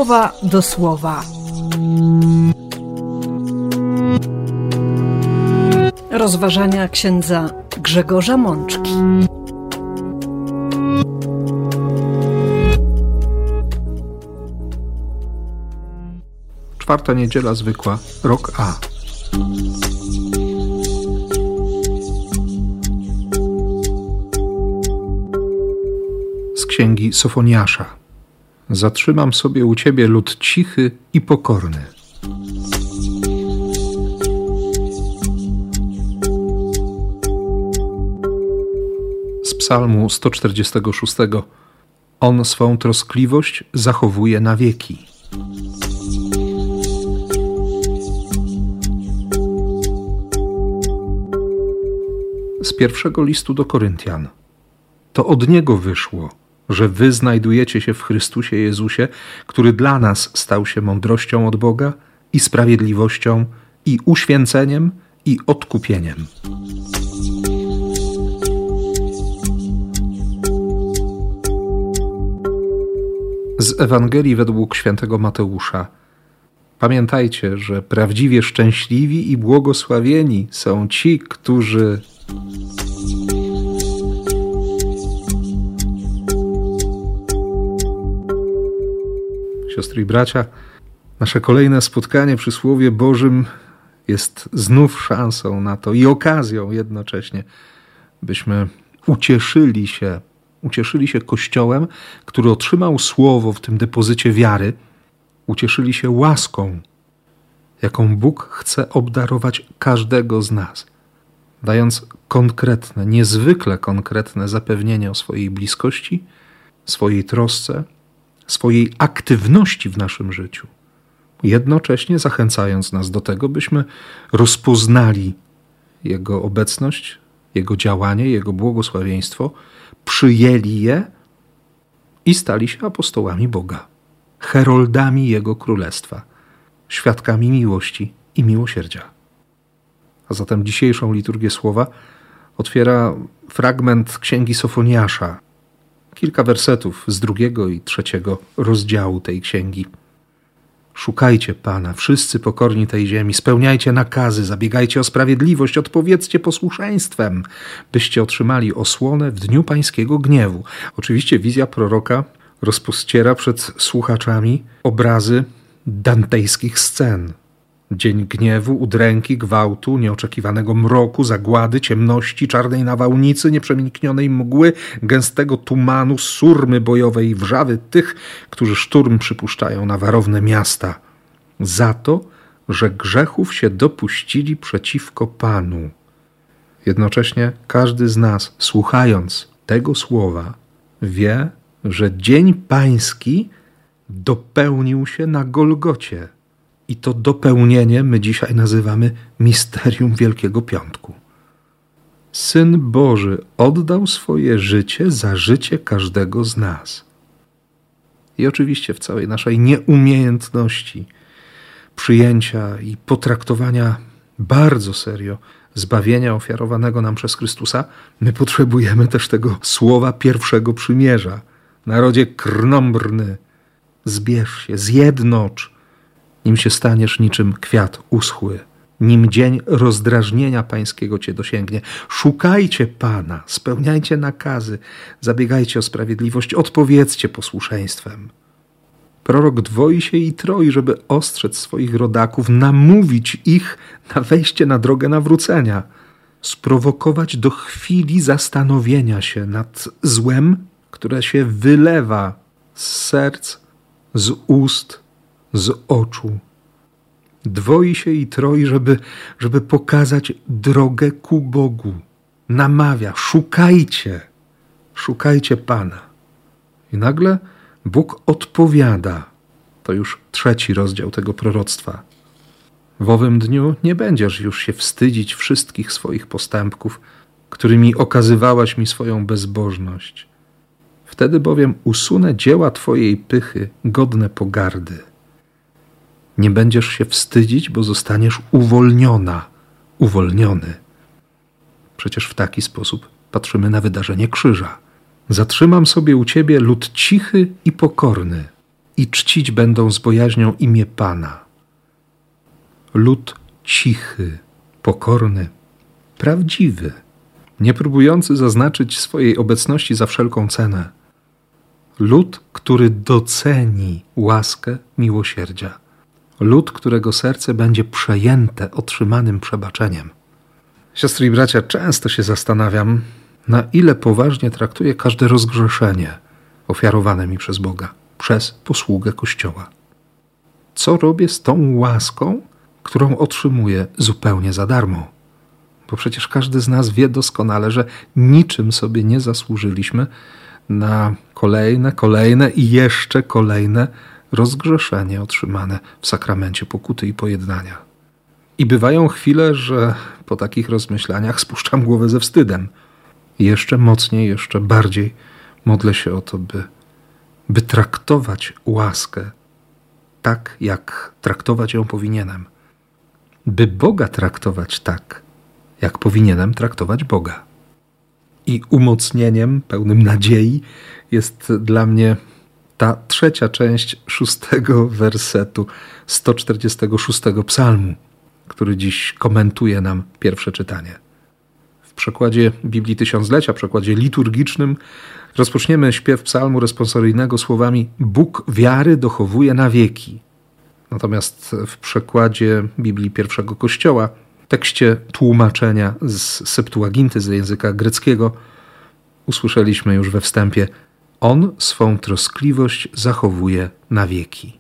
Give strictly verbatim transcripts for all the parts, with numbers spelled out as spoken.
słowa do słowa. Rozważania księdza Grzegorza Mączki. Czwarta niedziela zwykła, rok A. Z księgi Sofoniasza. Zatrzymam sobie u Ciebie lud cichy i pokorny. Z psalmu sto czterdziestego szóstego. On swą troskliwość zachowuje na wieki. Z pierwszego listu do Koryntian. To od Niego wyszło, że wy znajdujecie się w Chrystusie Jezusie, który dla nas stał się mądrością od Boga i sprawiedliwością, i uświęceniem, i odkupieniem. Z Ewangelii według świętego Mateusza. Pamiętajcie, że prawdziwie szczęśliwi i błogosławieni są ci, którzy... Siostry i bracia, nasze kolejne spotkanie przy Słowie Bożym jest znów szansą na to i okazją jednocześnie, byśmy ucieszyli się, ucieszyli się Kościołem, który otrzymał Słowo w tym depozycie wiary, ucieszyli się łaską, jaką Bóg chce obdarować każdego z nas, dając konkretne, niezwykle konkretne zapewnienie o swojej bliskości, swojej trosce, swojej aktywności w naszym życiu, jednocześnie zachęcając nas do tego, byśmy rozpoznali Jego obecność, Jego działanie, Jego błogosławieństwo, przyjęli je i stali się apostołami Boga, heroldami Jego Królestwa, świadkami miłości i miłosierdzia. A zatem dzisiejszą liturgię Słowa otwiera fragment księgi Sofoniasza, kilka wersetów z drugiego i trzeciego rozdziału tej księgi. Szukajcie Pana, wszyscy pokorni tej ziemi, spełniajcie nakazy, zabiegajcie o sprawiedliwość, odpowiedzcie posłuszeństwem, byście otrzymali osłonę w dniu pańskiego gniewu. Oczywiście wizja proroka rozpościera przed słuchaczami obrazy dantejskich scen. Dzień gniewu, udręki, gwałtu, nieoczekiwanego mroku, zagłady, ciemności, czarnej nawałnicy, nieprzeniknionej mgły, gęstego tumanu, surmy bojowej i wrzawy tych, którzy szturm przypuszczają na warowne miasta. Za to, że grzechów się dopuścili przeciwko Panu. Jednocześnie każdy z nas, słuchając tego słowa, wie, że dzień pański dopełnił się na Golgocie. I to dopełnienie my dzisiaj nazywamy misterium Wielkiego Piątku. Syn Boży oddał swoje życie za życie każdego z nas. I oczywiście w całej naszej nieumiejętności przyjęcia i potraktowania bardzo serio zbawienia ofiarowanego nam przez Chrystusa, my potrzebujemy też tego słowa pierwszego przymierza. Narodzie krnąbrny, zbierz się, zjednocz, nim się staniesz niczym kwiat uschły, nim dzień rozdrażnienia pańskiego cię dosięgnie. Szukajcie Pana, spełniajcie nakazy, zabiegajcie o sprawiedliwość, odpowiedzcie posłuszeństwem. Prorok dwoi się i troi, żeby ostrzec swoich rodaków, namówić ich na wejście na drogę nawrócenia, sprowokować do chwili zastanowienia się nad złem, które się wylewa z serc, z ust, z oczu. Dwoi się i troi, żeby, żeby pokazać drogę ku Bogu. Namawia, szukajcie, szukajcie Pana. I nagle Bóg odpowiada. To już trzeci rozdział tego proroctwa. W owym dniu nie będziesz już się wstydzić wszystkich swoich postępków, którymi okazywałaś mi swoją bezbożność. Wtedy bowiem usunę dzieła twojej pychy, godne pogardy. Nie będziesz się wstydzić, bo zostaniesz uwolniona, uwolniony. Przecież w taki sposób patrzymy na wydarzenie krzyża. Zatrzymam sobie u ciebie lud cichy i pokorny. i czcić będą z bojaźnią imię Pana. Lud cichy, pokorny, prawdziwy, nie próbujący zaznaczyć swojej obecności za wszelką cenę. Lud, który doceni łaskę miłosierdzia. Lud, którego serce będzie przejęte otrzymanym przebaczeniem. Siostry i bracia, często się zastanawiam, na ile poważnie traktuję każde rozgrzeszenie ofiarowane mi przez Boga, przez posługę Kościoła. Co robię z tą łaską, którą otrzymuję zupełnie za darmo? Bo przecież każdy z nas wie doskonale, że niczym sobie nie zasłużyliśmy na kolejne, kolejne i jeszcze kolejne rozgrzeszenie otrzymane w sakramencie pokuty i pojednania. I bywają chwile, że po takich rozmyślaniach spuszczam głowę ze wstydem. Jeszcze mocniej, jeszcze bardziej modlę się o to, by, by traktować łaskę tak, jak traktować ją powinienem. By Boga traktować tak, jak powinienem traktować Boga. I umocnieniem, pełnym nadziei jest dla mnie ta trzecia część szóstego wersetu sto czterdziestego szóstego psalmu, który dziś komentuje nam pierwsze czytanie. W przekładzie Biblii Tysiąclecia, przekładzie liturgicznym, rozpoczniemy śpiew psalmu responsoryjnego słowami: Bóg wiary dochowuje na wieki. Natomiast w przekładzie Biblii pierwszego Kościoła, w tekście tłumaczenia z Septuaginty, z języka greckiego, usłyszeliśmy już we wstępie: On swą troskliwość zachowuje na wieki.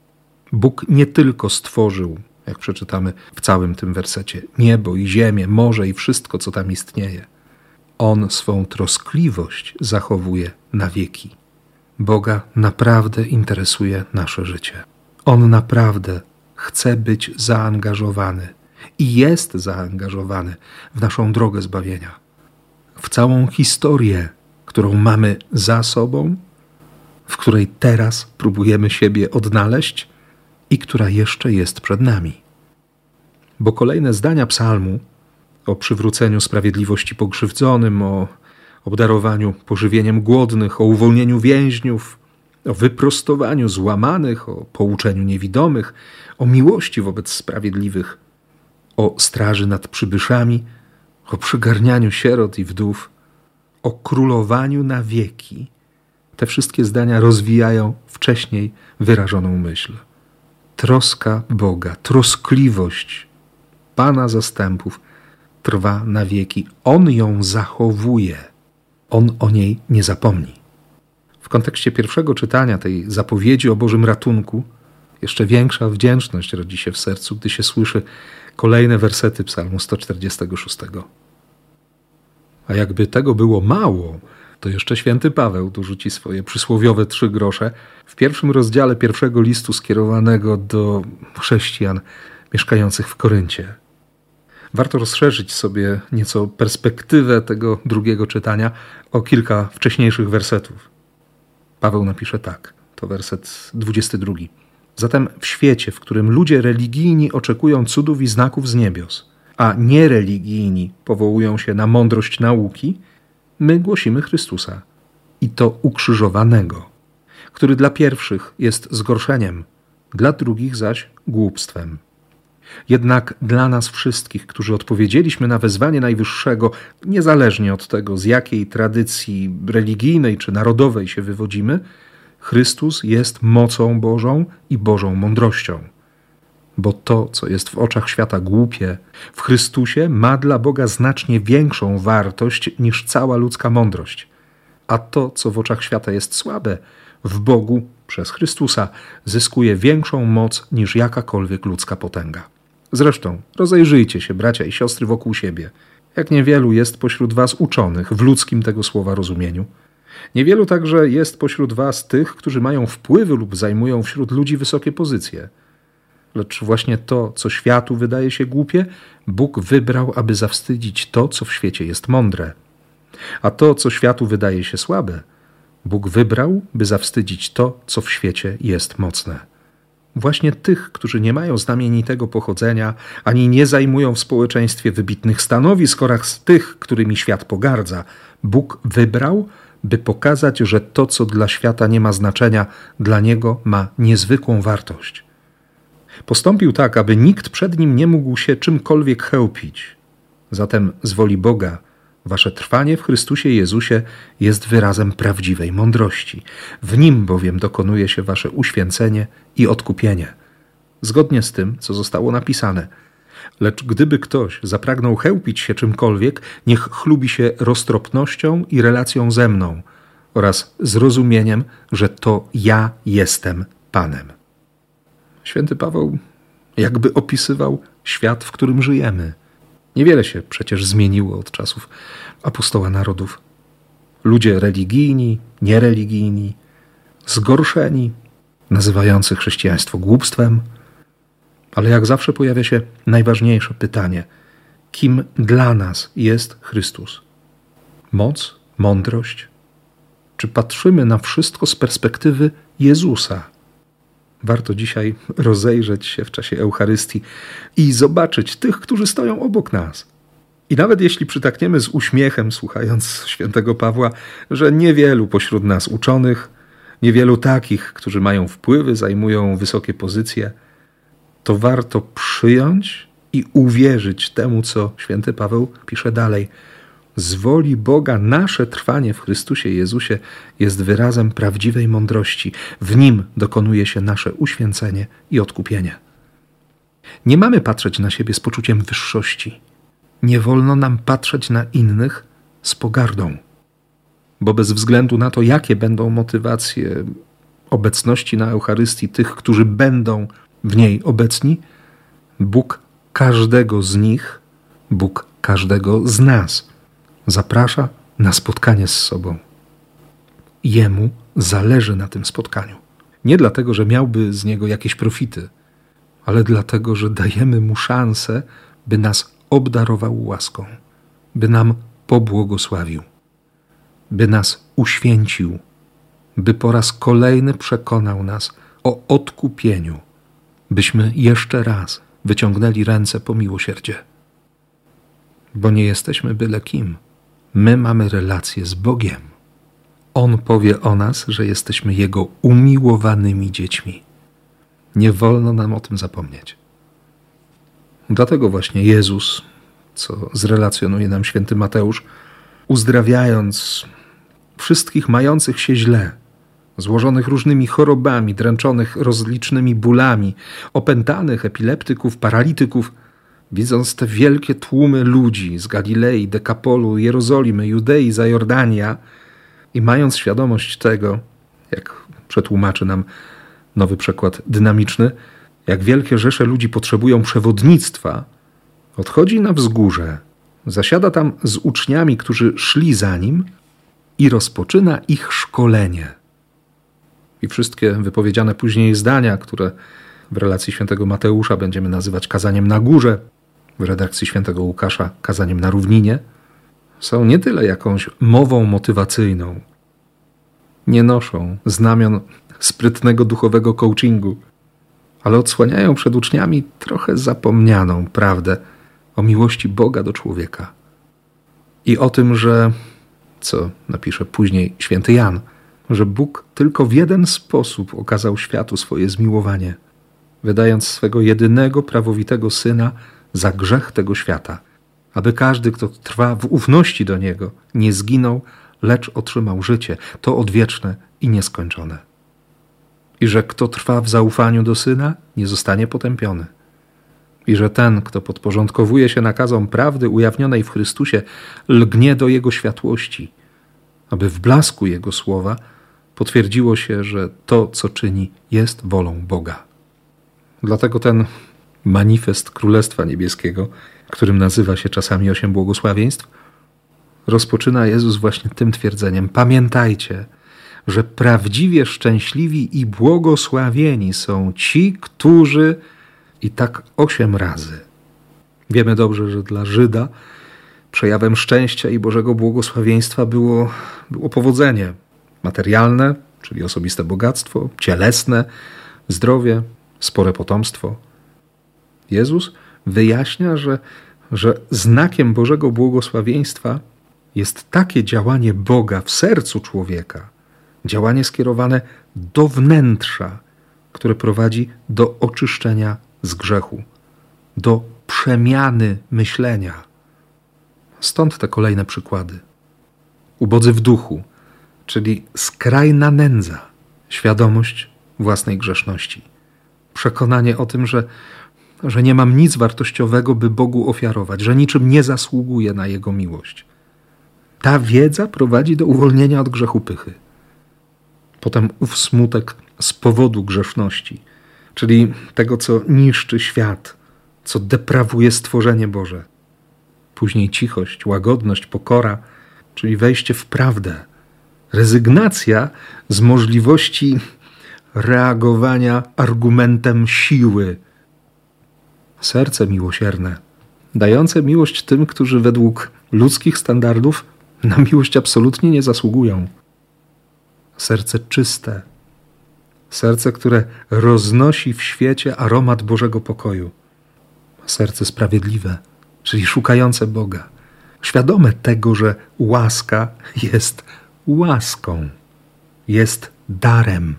Bóg nie tylko stworzył, jak przeczytamy w całym tym wersecie, niebo i ziemię, morze i wszystko, co tam istnieje. On swą troskliwość zachowuje na wieki. Boga naprawdę interesuje nasze życie. On naprawdę chce być zaangażowany i jest zaangażowany w naszą drogę zbawienia. W całą historię, którą mamy za sobą, w której teraz próbujemy siebie odnaleźć i która jeszcze jest przed nami. Bo kolejne zdania psalmu o przywróceniu sprawiedliwości pokrzywdzonym, o obdarowaniu pożywieniem głodnych, o uwolnieniu więźniów, o wyprostowaniu złamanych, o pouczeniu niewidomych, o miłości wobec sprawiedliwych, o straży nad przybyszami, o przygarnianiu sierot i wdów, o królowaniu na wieki. Te wszystkie zdania rozwijają wcześniej wyrażoną myśl. Troska Boga, troskliwość Pana zastępów trwa na wieki. On ją zachowuje. On o niej nie zapomni. W kontekście pierwszego czytania tej zapowiedzi o Bożym ratunku jeszcze większa wdzięczność rodzi się w sercu, gdy się słyszy kolejne wersety psalmu sto czterdziestego szóstego. A jakby tego było mało, to jeszcze święty Paweł dorzuci swoje przysłowiowe trzy grosze w pierwszym rozdziale pierwszego listu skierowanego do chrześcijan mieszkających w Koryncie. Warto rozszerzyć sobie nieco perspektywę tego drugiego czytania o kilka wcześniejszych wersetów. Paweł napisze tak, to werset dwudziesty drugi. Zatem w świecie, w którym ludzie religijni oczekują cudów i znaków z niebios, a niereligijni powołują się na mądrość nauki, my głosimy Chrystusa, i to ukrzyżowanego, który dla pierwszych jest zgorszeniem, dla drugich zaś głupstwem. Jednak dla nas wszystkich, którzy odpowiedzieliśmy na wezwanie Najwyższego, niezależnie od tego, z jakiej tradycji religijnej czy narodowej się wywodzimy, Chrystus jest mocą Bożą i Bożą mądrością. Bo to, co jest w oczach świata głupie, w Chrystusie ma dla Boga znacznie większą wartość niż cała ludzka mądrość. A to, co w oczach świata jest słabe, w Bogu przez Chrystusa zyskuje większą moc niż jakakolwiek ludzka potęga. Zresztą rozejrzyjcie się, bracia i siostry, wokół siebie. Jak niewielu jest pośród was uczonych w ludzkim tego słowa rozumieniu. Niewielu także jest pośród was tych, którzy mają wpływy lub zajmują wśród ludzi wysokie pozycje. Lecz właśnie to, co światu wydaje się głupie, Bóg wybrał, aby zawstydzić to, co w świecie jest mądre. A to, co światu wydaje się słabe, Bóg wybrał, by zawstydzić to, co w świecie jest mocne. Właśnie tych, którzy nie mają znamienitego pochodzenia, ani nie zajmują w społeczeństwie wybitnych stanowisk oraz tych, którymi świat pogardza, Bóg wybrał, by pokazać, że to, co dla świata nie ma znaczenia, dla niego ma niezwykłą wartość. Postąpił tak, aby nikt przed nim nie mógł się czymkolwiek chełpić. Zatem z woli Boga wasze trwanie w Chrystusie Jezusie jest wyrazem prawdziwej mądrości. W Nim bowiem dokonuje się wasze uświęcenie i odkupienie. Zgodnie z tym, co zostało napisane. Lecz gdyby ktoś zapragnął chełpić się czymkolwiek, niech chlubi się roztropnością i relacją ze mną oraz zrozumieniem, że to ja jestem Panem. Święty Paweł jakby opisywał świat, w którym żyjemy. Niewiele się przecież zmieniło od czasów apostoła narodów. Ludzie religijni, niereligijni, zgorszeni, nazywający chrześcijaństwo głupstwem. Ale jak zawsze pojawia się najważniejsze pytanie. Kim dla nas jest Chrystus? Moc? Mądrość? Czy patrzymy na wszystko z perspektywy Jezusa? Warto dzisiaj rozejrzeć się w czasie Eucharystii i zobaczyć tych, którzy stoją obok nas. I nawet jeśli przytakniemy z uśmiechem, słuchając świętego Pawła, że niewielu pośród nas uczonych, niewielu takich, którzy mają wpływy, zajmują wysokie pozycje, to warto przyjąć i uwierzyć temu, co święty Paweł pisze dalej. Z woli Boga nasze trwanie w Chrystusie Jezusie jest wyrazem prawdziwej mądrości. W Nim dokonuje się nasze uświęcenie i odkupienie. Nie mamy patrzeć na siebie z poczuciem wyższości. Nie wolno nam patrzeć na innych z pogardą. Bo bez względu na to, jakie będą motywacje obecności na Eucharystii tych, którzy będą w niej obecni, Bóg każdego z nich, Bóg każdego z nas zaprasza na spotkanie z sobą. Jemu zależy na tym spotkaniu. Nie dlatego, że miałby z niego jakieś profity, ale dlatego, że dajemy mu szansę, by nas obdarował łaską, by nam pobłogosławił, by nas uświęcił, by po raz kolejny przekonał nas o odkupieniu, byśmy jeszcze raz wyciągnęli ręce po miłosierdzie. Bo nie jesteśmy byle kim. My mamy relację z Bogiem. On powie o nas, że jesteśmy Jego umiłowanymi dziećmi. Nie wolno nam o tym zapomnieć. Dlatego właśnie Jezus, co zrelacjonuje nam święty Mateusz, uzdrawiając wszystkich mających się źle, złożonych różnymi chorobami, dręczonych rozlicznymi bólami, opętanych, epileptyków, paralityków, widząc te wielkie tłumy ludzi z Galilei, Dekapolu, Jerozolimy, Judei, Zajordania i mając świadomość tego, jak przetłumaczy nam nowy przekład dynamiczny, jak wielkie rzesze ludzi potrzebują przewodnictwa, odchodzi na wzgórze, zasiada tam z uczniami, którzy szli za nim i rozpoczyna ich szkolenie. I wszystkie wypowiedziane później zdania, które w relacji świętego Mateusza będziemy nazywać kazaniem na górze, w redakcji świętego Łukasza kazaniem na równinie, są nie tyle jakąś mową motywacyjną, nie noszą znamion sprytnego duchowego coachingu, ale odsłaniają przed uczniami trochę zapomnianą prawdę o miłości Boga do człowieka i o tym, że, co napisze później święty Jan, że Bóg tylko w jeden sposób okazał światu swoje zmiłowanie, wydając swego jedynego prawowitego Syna za grzech tego świata, aby każdy, kto trwa w ufności do Niego, nie zginął, lecz otrzymał życie, to odwieczne i nieskończone. I że kto trwa w zaufaniu do Syna, nie zostanie potępiony. I że ten, kto podporządkowuje się nakazom prawdy ujawnionej w Chrystusie, lgnie do Jego światłości, aby w blasku Jego słowa potwierdziło się, że to, co czyni, jest wolą Boga. Dlatego ten manifest Królestwa Niebieskiego, którym nazywa się czasami osiem błogosławieństw, rozpoczyna Jezus właśnie tym twierdzeniem: pamiętajcie, że prawdziwie szczęśliwi i błogosławieni są ci, którzy... I tak osiem razy. Wiemy dobrze, że dla Żyda przejawem szczęścia i Bożego błogosławieństwa było, było powodzenie materialne, czyli osobiste bogactwo, cielesne, zdrowie, spore potomstwo. Jezus wyjaśnia, że, że znakiem Bożego błogosławieństwa jest takie działanie Boga w sercu człowieka, działanie skierowane do wnętrza, które prowadzi do oczyszczenia z grzechu, do przemiany myślenia. Stąd te kolejne przykłady. Ubodzy w duchu, czyli skrajna nędza, świadomość własnej grzeszności, przekonanie o tym, że, że nie mam nic wartościowego, by Bogu ofiarować, że niczym nie zasługuję na Jego miłość. Ta wiedza prowadzi do uwolnienia od grzechu pychy. Potem ów smutek z powodu grzeszności, czyli tego, co niszczy świat, co deprawuje stworzenie Boże. Później cichość, łagodność, pokora, czyli wejście w prawdę. Rezygnacja z możliwości reagowania argumentem siły. Serce miłosierne, dające miłość tym, którzy według ludzkich standardów na miłość absolutnie nie zasługują. Serce czyste, serce, które roznosi w świecie aromat Bożego pokoju. Serce sprawiedliwe, czyli szukające Boga, świadome tego, że łaska jest łaską, jest darem.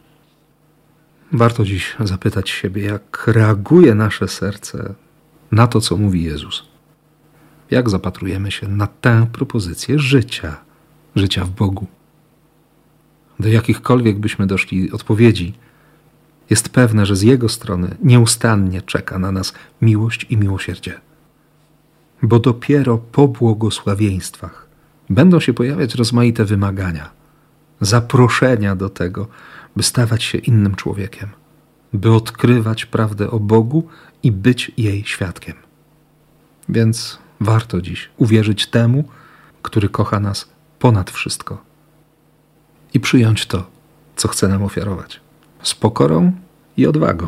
Warto dziś zapytać siebie, jak reaguje nasze serce na to, co mówi Jezus. Jak zapatrujemy się na tę propozycję życia, życia w Bogu. Do jakichkolwiek byśmy doszli odpowiedzi, jest pewne, że z Jego strony nieustannie czeka na nas miłość i miłosierdzie. Bo dopiero po błogosławieństwach będą się pojawiać rozmaite wymagania, zaproszenia do tego, by stawać się innym człowiekiem, by odkrywać prawdę o Bogu i być jej świadkiem. Więc warto dziś uwierzyć temu, który kocha nas ponad wszystko i przyjąć to, co chce nam ofiarować, z pokorą i odwagą.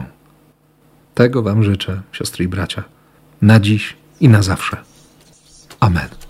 Tego wam życzę, siostry i bracia, na dziś i na zawsze. Amen.